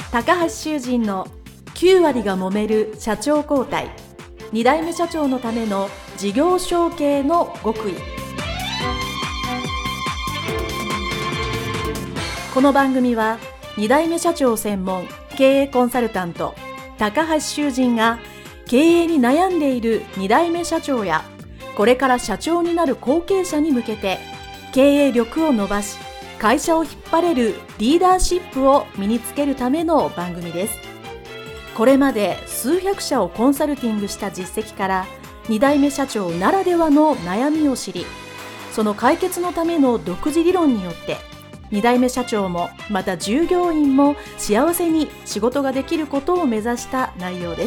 高橋修人の9割が揉める社長交代、2代目社長のための事業承継の極意。この番組は2代目社長専門経営コンサルタント高橋修人が経営に悩んでいる2代目社長やこれから社長になる後継者に向けて経営力を伸ばし会社を引っ張れるリーダーシップを身につけるための番組です。これまで数百社をコンサルティングした実績から2代目社長ならではの悩みを知り、その解決のための独自理論によって2代目社長もまた従業員も幸せに仕事ができることを目指した内容です。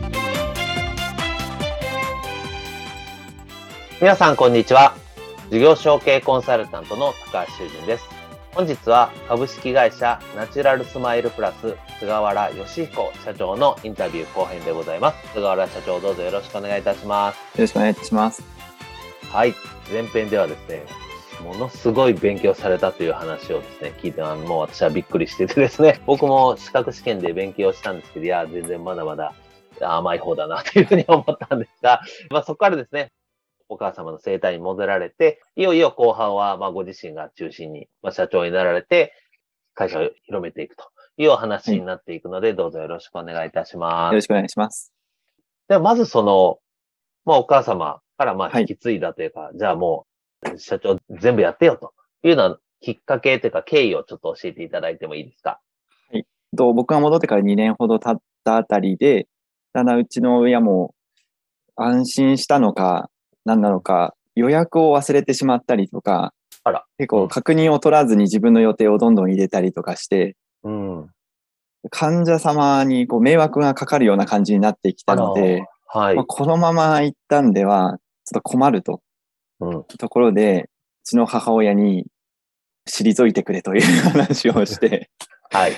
皆さんこんにちは。事業承継コンサルタントの高橋修人です。本日は株式会社ナチュラルスマイルプラス菅原義彦社長のインタビュー後編でございます。菅原社長、どうぞよろしくお願いいたします。 よろしくお願いいたします。 はい、前編ではですね、ものすごい勉強されたという話をですね、聞いて、もう私はびっくりしててですね、僕も資格試験で勉強したんですけど、いや、全然まだまだ甘い方だなというふうに思ったんですが、そこからですね、お母様の生態に戻られて、いよいよ後半はご自身が中心に、社長になられて、会社を広めていくというお話になっていくので、どうぞよろしくお願いいたします。 よろしくお願いします。 ではまずお母様から引き継いだというか、じゃあもう社長全部やってよというようなきっかけというか経緯をちょっと教えていただいてもいいですか？ はい。僕が戻ってから2年ほど経ったあたりで、だんだんうちの親も安心したのか、何なのか、予約を忘れてしまったりとか、結構確認を取らずに自分の予定をどんどん入れたりとかして、患者様に迷惑がかかるような感じになってきたので、このまま行ったんではちょっと困ると、ところで、うちの母親に退いてくれという話をして、はい。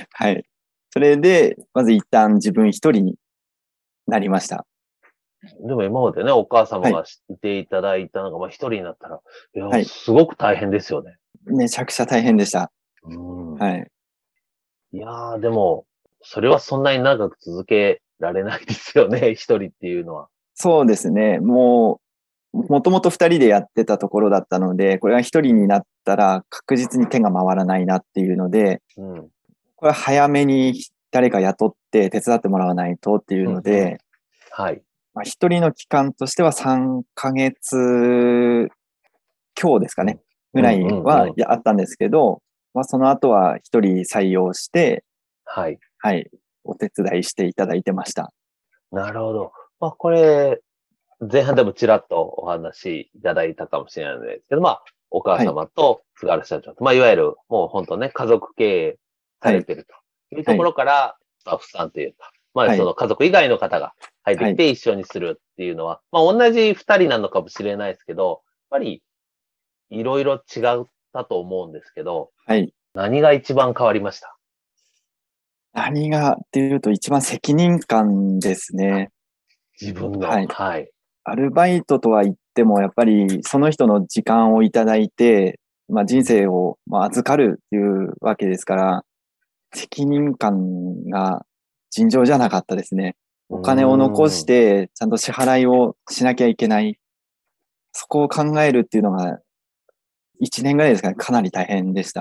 それで、まず一旦自分一人になりました。 でも今までね、お母様がいていただいたのが、一人になったら、すごく大変ですよね。 めちゃくちゃ大変でした。 いやー、でも、それはそんなに長く続けられないですよね、一人っていうのは。 そうですね。もともと二人でやってたところだったので、これが一人になったら確実に手が回らないなっていうので、これは早めに誰か雇って手伝ってもらわないとっていうので、一人の期間としては3ヶ月強ですかね、ぐらいはあったんですけど、その後は一人採用して、お手伝いしていただいてました。なるほど。これ、前半でもちらっとお話いただいたかもしれないんですけど、お母様と菅原社長と、いわゆるもう本当ね、家族経営されてるというところから、スタッフさんというか、その家族以外の方が入ってきて一緒にするっていうのは、同じ二人なのかもしれないですけど、やっぱりいろいろ違ったと思うんですけど、何が一番変わりました？ 何がっていうと一番責任感ですね。 自分の。 アルバイトとは言ってもやっぱりその人の時間をいただいて、人生を預かるっていうわけですから、責任感が尋常じゃなかったですね。お金を残してちゃんと支払いをしなきゃいけない。そこを考えるっていうのが1年ぐらいですかね、かなり大変でした。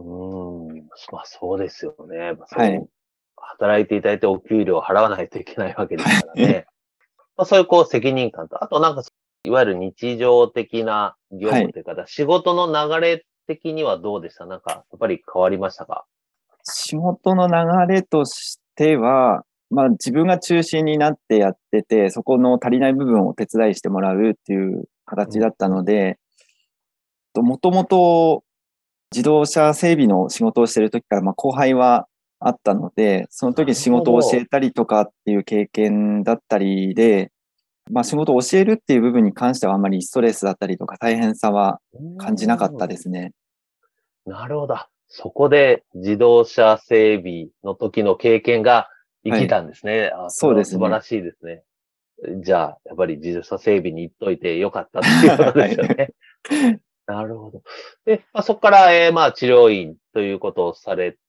そうですよね。働いていただいてお給料を払わないといけないわけですからね。そういう責任感と、あといわゆる日常的な業務というか、仕事の流れ的にはどうでした？やっぱり変わりましたか？ 仕事の流れとしては、自分が中心になってやってて、そこの足りない部分を手伝いしてもらうっていう形だったので、もともと自動車整備の仕事をしている時から後輩はあったので、その時仕事を教えたりとかっていう経験だったりで、仕事を教えるっていう部分に関してはあまりストレスだったりとか大変さは感じなかったですね。 なるほど。そこで自動車整備の時の経験が生きたんですね。 そうですね。 素晴らしいですね。じゃあ、やっぱり自動車整備に行っといてよかったっていうことですよね。なるほど。で、そこから、治療院ということをされ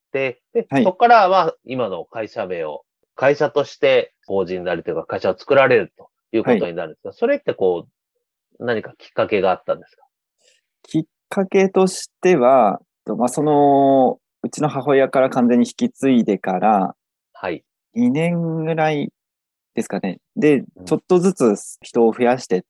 て、で、 はいそこからは今の会社名を、会社として法人になりというか会社を作られるということになるんですが、それってこう、何かきっかけがあったんですか？ きっかけとしては、うちの母親から完全に引き継いでからはい。 2年ぐらいですかね。で、 うんちょっとずつ人を増やしてって、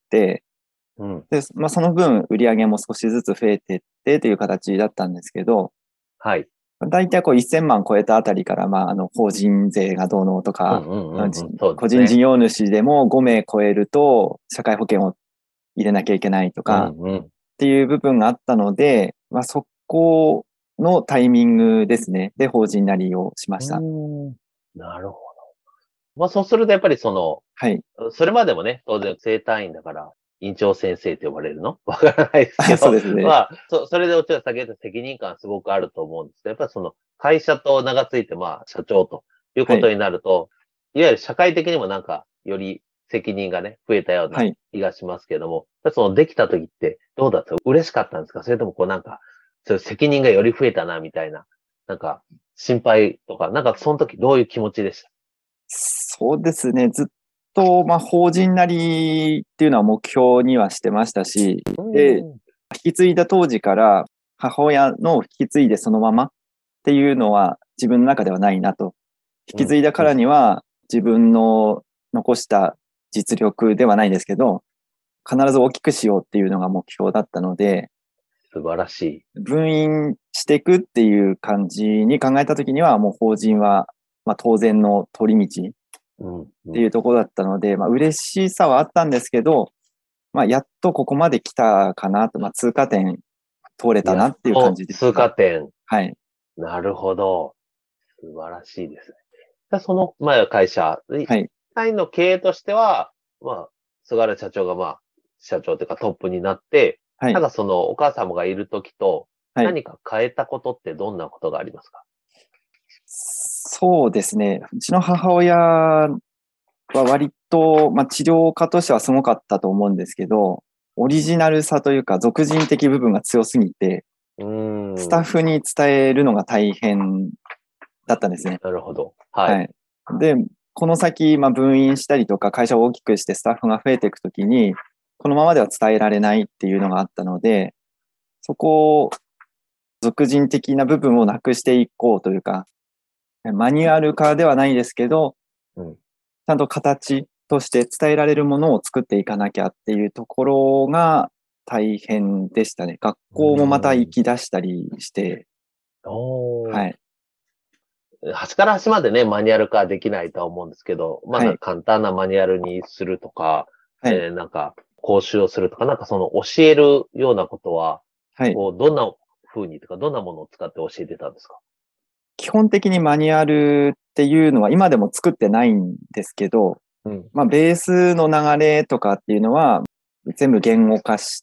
うん。 で、その分売り上げも少しずつ増えてってという形だったんですけど、 はい。 だいたいこう1000万超えたあたりから、法人税がどうのとか、 うんうんうんうん。そうで個すね。 人事業主でも5名超えると社会保険を入れなきゃいけないとうかんうん。 っていう部分があったので、そこのタイミングですね。で、法人なりをしました。 なるほど。まあそうするとやっぱりはい。 それまでもね、当然生体院だから、院長先生って呼ばれるのわからないですけそうど、 ですね。 まあ、それでおちは先ほど責任感すごくあると思うんですけど、やっぱり会社と名がついて、まあ、社長というはい。 ことになると、いわゆる社会的にもなんか、より責任がね、増えたようなはい。 気がしますけども、できた時ってどうだった嬉しかったんですか？それともなんか、そういう責任がより増えたな、みたいな、なんか、心配とか、なんかその時どういう気持ちでした？ そうですね。ずっと、法人なりっていうのは目標にはしてましたし、で、 ん。 引き継いだ当時から母親の引き継いでそのままっていうのは自分の中ではないなと。引き継いだからには自分の残した実力ではないですけど、必ず大きくしようっていうのが目標だったので、 素晴らしい。 分院していくっていう感じに考えたときには、もう法人は、当然の通り道うんっていうところだったので、嬉しさはあったんですけど、やっとここまで来たかなと、通過点通れたやっなっていう感と通じですね。 過点。 はい。 なるほど。素晴らしいですね。その前は会社、 はい。 会の経営としては、まあ、菅原社長が社長というかトップになって、 はい。 お母様がいるときとはい。 何か変えたことってどんなことがありますか？ そうですね。うちの母親は割と、治療家としてはすごかったと思うんですけど、オリジナルさというか、俗人的部分が強すぎて、 うースタッん。 フに伝えるのが大変だったんですね。 なるほど。はい。 はい。で、この先、分院したりとか、会社を大きくしてスタッフが増えていくときに、このままでは伝えられないっていうのがあったので、そこを、俗人的な部分をなくしていこうというか、マニュアル化ではないですけど、 うん。 ちゃんと形として伝えられるものを作っていかなきゃっていうところが大変でしたね。学校もまた行き出したりして、 おー。 はい。 端から端までね、マニュアル化できないとは思うんですけど、 はい。 簡単なマニュアルにするとか、 はい。 講習をするとか、教えるようなことは、 はい。 どんな風にとか、どんなものを使って教えてたんですか？ 基本的にマニュアルっていうのは今でも作ってないんですけど、 うん。 ベースの流れとかっていうのは全部言語化して、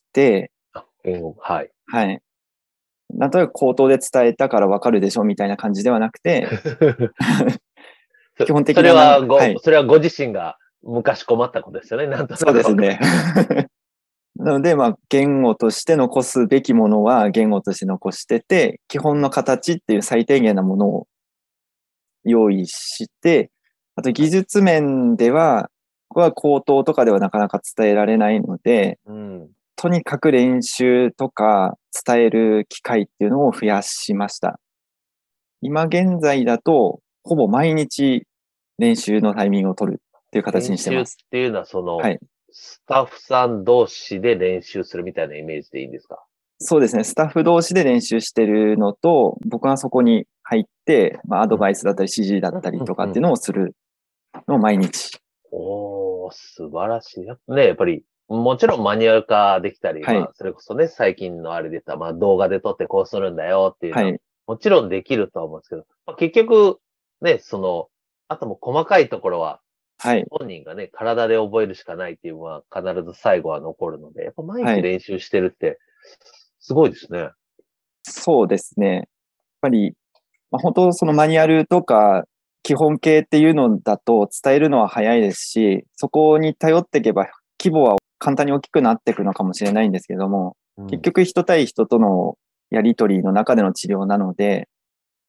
はい。 はい。なんとなく口頭で伝えたからわかるでしょみたいな感じではなくて、基本的なはい。 それはご自身が昔困ったことですよね。なんとそうなくわかる。 ですね。なので、言語として残すべきものは言語として残してて、基本の形っていう最低限なものを用意して、あと技術面では、ここは口頭とかではなかなか伝えられないので、 うん。 とにかく練習とか伝える機会っていうのを増やしました。今現在だと、ほぼ毎日練習のタイミングを取るっていう形練習っにしてます。 ていうのははい。 スタッフさん同士で練習するみたいなイメージでいいんですか？ そうですね。スタッフ同士で練習してるのと、僕がそこに入って、アドうん。 バイスだったり指示だったりとかっていうのをするのを毎日。 おー、素晴らしい。やっぱり、もちろんマニュアル化できたり、 はい。 それこそね、最近のあれで言ったら、動画で撮ってこうするんだよっていうのは、 はい。 もちろんできるとは思うんですけど、結局、ね、あともう細かいところは、 はい。 本人がね、体で覚えるしかないっていうのは必ず最後は残るので、やっぱ毎日はい。 練習してるって、すごいですね。 そうですね。やっぱり、本当そのマニュアルとか基本形っていうのだと伝えるのは早いですし、そこに頼っていけば規模は簡単に大きくなっていくのかもしれないんですけども、 うん。 結局人対人とのやりとりの中での治療なので、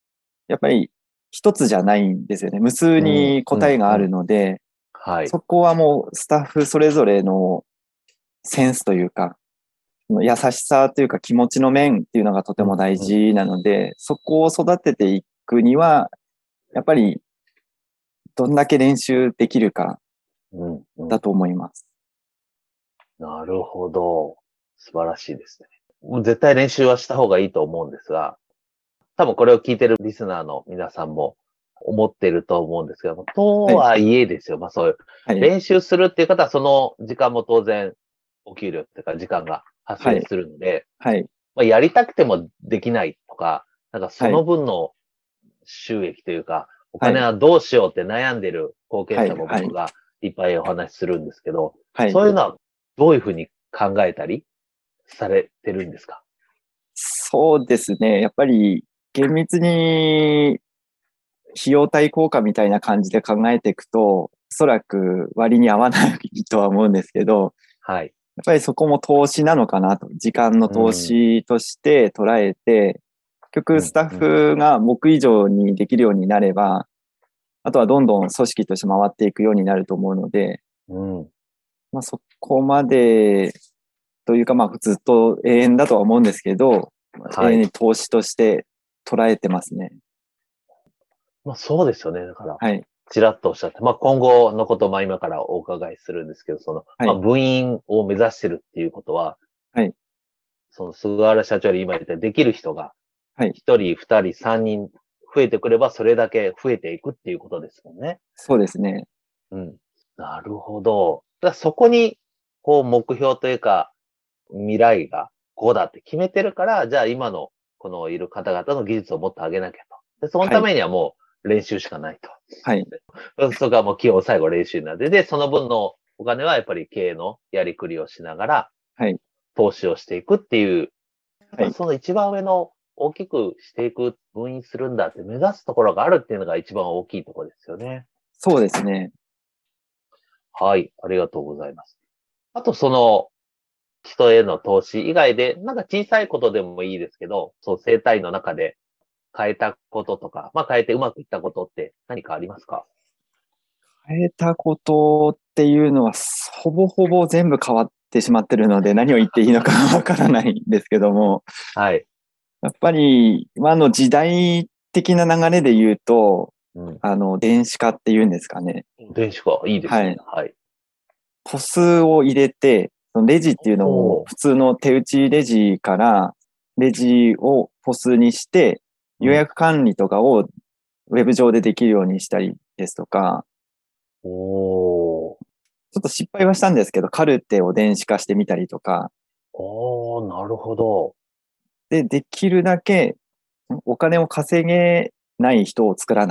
やっぱり一つじゃないんですよね。無数に答えがあるので、 はい。 そこはもうスタッフそれぞれのセンスというか、優しさというか気持ちの面っていうのがとても大事なので、そこを育てていくには、やっぱりどんだけ練習できるかだと思います。 なるほど。素晴らしいですね。もう絶対練習はした方がいいと思うんですが、多分これを聞いてるリスナーの皆さんも思ってると思うんですけども、とはいえですよ、まあそういう、練習するっていう方はその時間も当然お給料っていうか時間が発生するので、まあやりたくてもできないとか、なんかその分の収益というか、お金はどうしようって悩んでる後継者も僕がいっぱいお話しするんですけど、そういうのはどういうふうに考えたりされてるんですか？ そうですね。やっぱり厳密に費用対効果みたいな感じで考えていくと、おそらく割に合わないとは思うんですけど、 はい。 やっぱりそこも投資なのかなと、時間の投資として捉えて、結局スタッフが僕以上にできるようになれば、あとはどんどん組織として回っていくようになると思うので、まあそこまでというかまあずっと永遠だとは思うんですけど、永遠に投資として捉えてますね。 まあそうですよね。だから、ちらっとおっしゃって、まあ今後のことも今からお伺いするんですけど、まあ部員を目指してるっていうことは、その菅原社長より今言ったできる人が、1人、2人、3人増えてくればそれだけ増えていくっていうことですもんね。 そうですね。 なるほど。だそこに、こう目標というか、未来がこうだって決めてるから、じゃあ今のこのいる方々の技術をもっと上げなきゃと。で、そのためにはもう練習しかないと。そこはもう基本最後練習になって、で、その分のお金はやっぱり経営のやりくりをしながら、投資をしていくっていう、その一番上の大きくしていく、分員するんだって目指すところがあるっていうのが一番大きいところですよね。 そうですね。 はい、ありがとうございます。あと人への投資以外で、なんか小さいことでもいいですけど、そう生態の中で変えたこととか、まあ変えてうまくいったことって何かありますか？ 変えたことっていうのは、ほぼほぼ全部変わってしまってるので、何を言っていいのかわからないんですけども、 やっぱり、今の時代的な流れで言うと、電子化っていうんですかね。 電子化、いいですね。 ポスを入れて、レジっていうのを普通の手打ちレジからレジをポスにして、予約管理とかをウェブ上でできるようにしたりですとか、ちょっと失敗はしたんですけど、カルテを電子化してみたりとか。 なるほど。 で、できるだけお金を稼げない人を作らない。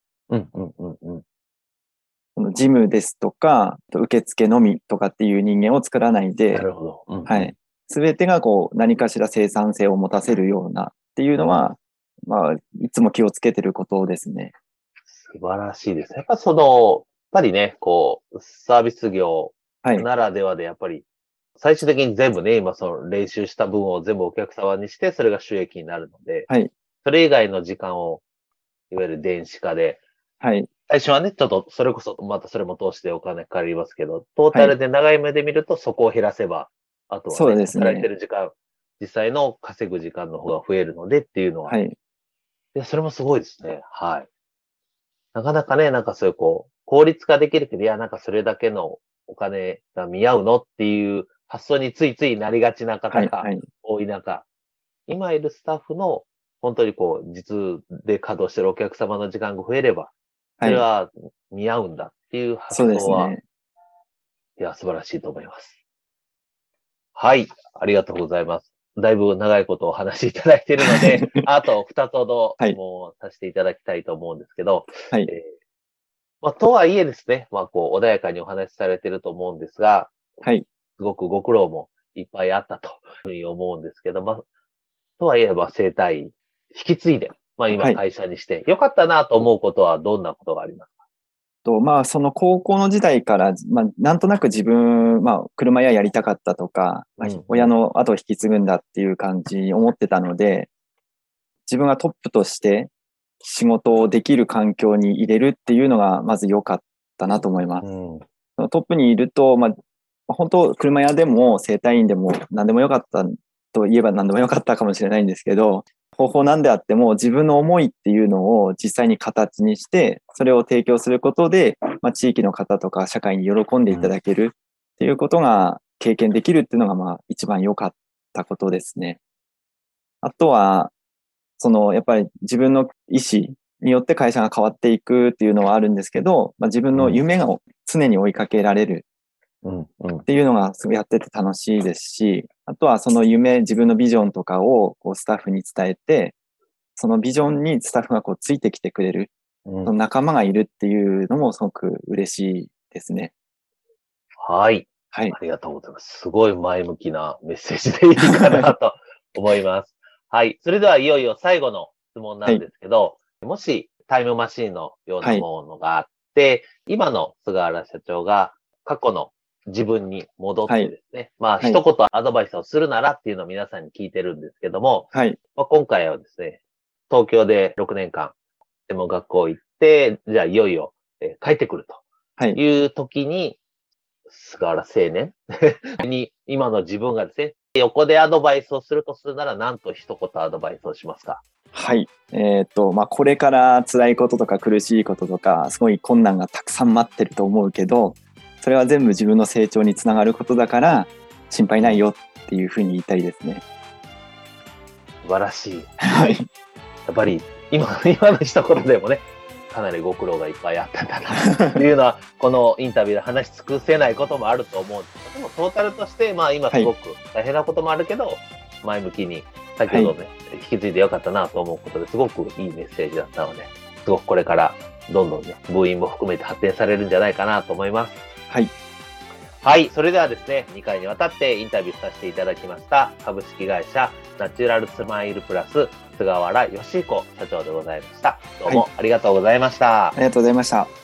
事務ですとか、受付のみとかっていう人間を作らないで、すべてが何かしら生産性を持たせるようなっていうのは、まあ、いつも気をつけてることですね。 素晴らしいですね。やっぱやっぱりね、サービス業ならではでやっぱり、最終的に全部ね、今練習した分を全部お客様にして、それが収益になるので、それ以外の時間を、いわゆる電子化で、最初はね、ちょっとそれこそ、またそれも通してお金かかりますけど、トータルで長い目で見るとそこを減らせば、あとはね、働いてる時間、実際の稼ぐ時間の方が増えるのでっていうのは、それもすごいですね。なかなかね、なんかそういう効率化できるけど、いや、なんかそれだけのお金が見合うのっていう発想についついなりがちな方が多い中、今いるスタッフの本当に実で稼働してるお客様の時間が増えれば、それは見合うんだっていう発想は、いや、素晴らしいと思います。はい、ありがとうございます。だいぶ長いことお話しいただいているので、あと2つほどもうさせていただきたいと思うんですけど、まあ、とはいえですね、まあ、穏やかにお話しされていると思うんですが、すごくご苦労もいっぱいあったというふうに思うんですけど、まあ、とはいえば生態引き継いで、まあ今会社にして、良かったなと思うことはどんなことがありますか？ まあ、その高校の時代から、まあ、なんとなく自分、まあ、車屋やりたかったとか、親の後を引き継ぐんだっていう感じに思ってたので、自分がトップとして、 仕事をできる環境に入れるっていうのがまず良かったなと思います。トップにいると、本当車屋でも整体院でも何でもよかったと言えば何でもよかったかもしれないんですけど、方法なんであっても自分の思いっていうのを実際に形にしてそれを提供することで、地域の方とか社会に喜んでいただけるっていうことが経験できるっていうのが一番良かったことですね。あとはやっぱり自分の意思によって会社が変わっていくっていうのはあるんですけど、自分の夢を常に追いかけられるっていうのがすごいやってて楽しいですし、あとはその夢、自分のビジョンとかをスタッフに伝えて、そのビジョンにスタッフがついてきてくれる、その仲間がいるっていうのもすごく嬉しいですね。 はい。ありがとうございます。すごい前向きなメッセージでいいかなと思います。はい。それではいよいよ最後の質問なんですけど、もしタイムマシーンのようなものがあって、今の菅原社長が過去の自分に戻ってですね、一言アドバイスをするならっていうのを皆さんに聞いてるんですけども、今回はですね、東京で6年間専門学校行って、じゃあいよいよ帰ってくるという時に、菅原青年に今の自分がですね、横でアドバイスをするとするなら何と一言アドバイスをしますか？ はい。これから辛いこととか苦しいこととか、すごい困難がたくさん待ってると思うけど、それは全部自分の成長につながることだから心配ないよっていうふうに言いたいですね。 素晴らしい。はい。やっぱり今の一言でもね、かなりご苦労がいっぱいあったんだなっていうのは、このインタビューで話し尽くせないこともあると思うんですけど、でもトータルとして、今すごく大変なこともあるけど、前向きに、先ほどね、引き継いでよかったなと思うことですごくいいメッセージだったので、すごくこれからどんどんね、部員も含めて発展されるんじゃないかなと思います。 はい。 はい。それではですね、2回にわたってインタビューさせていただきました、株式会社ナチュラルスマイルプラス、菅原義彦社長でございました。どうもありがとうございました。 ありがとうございました。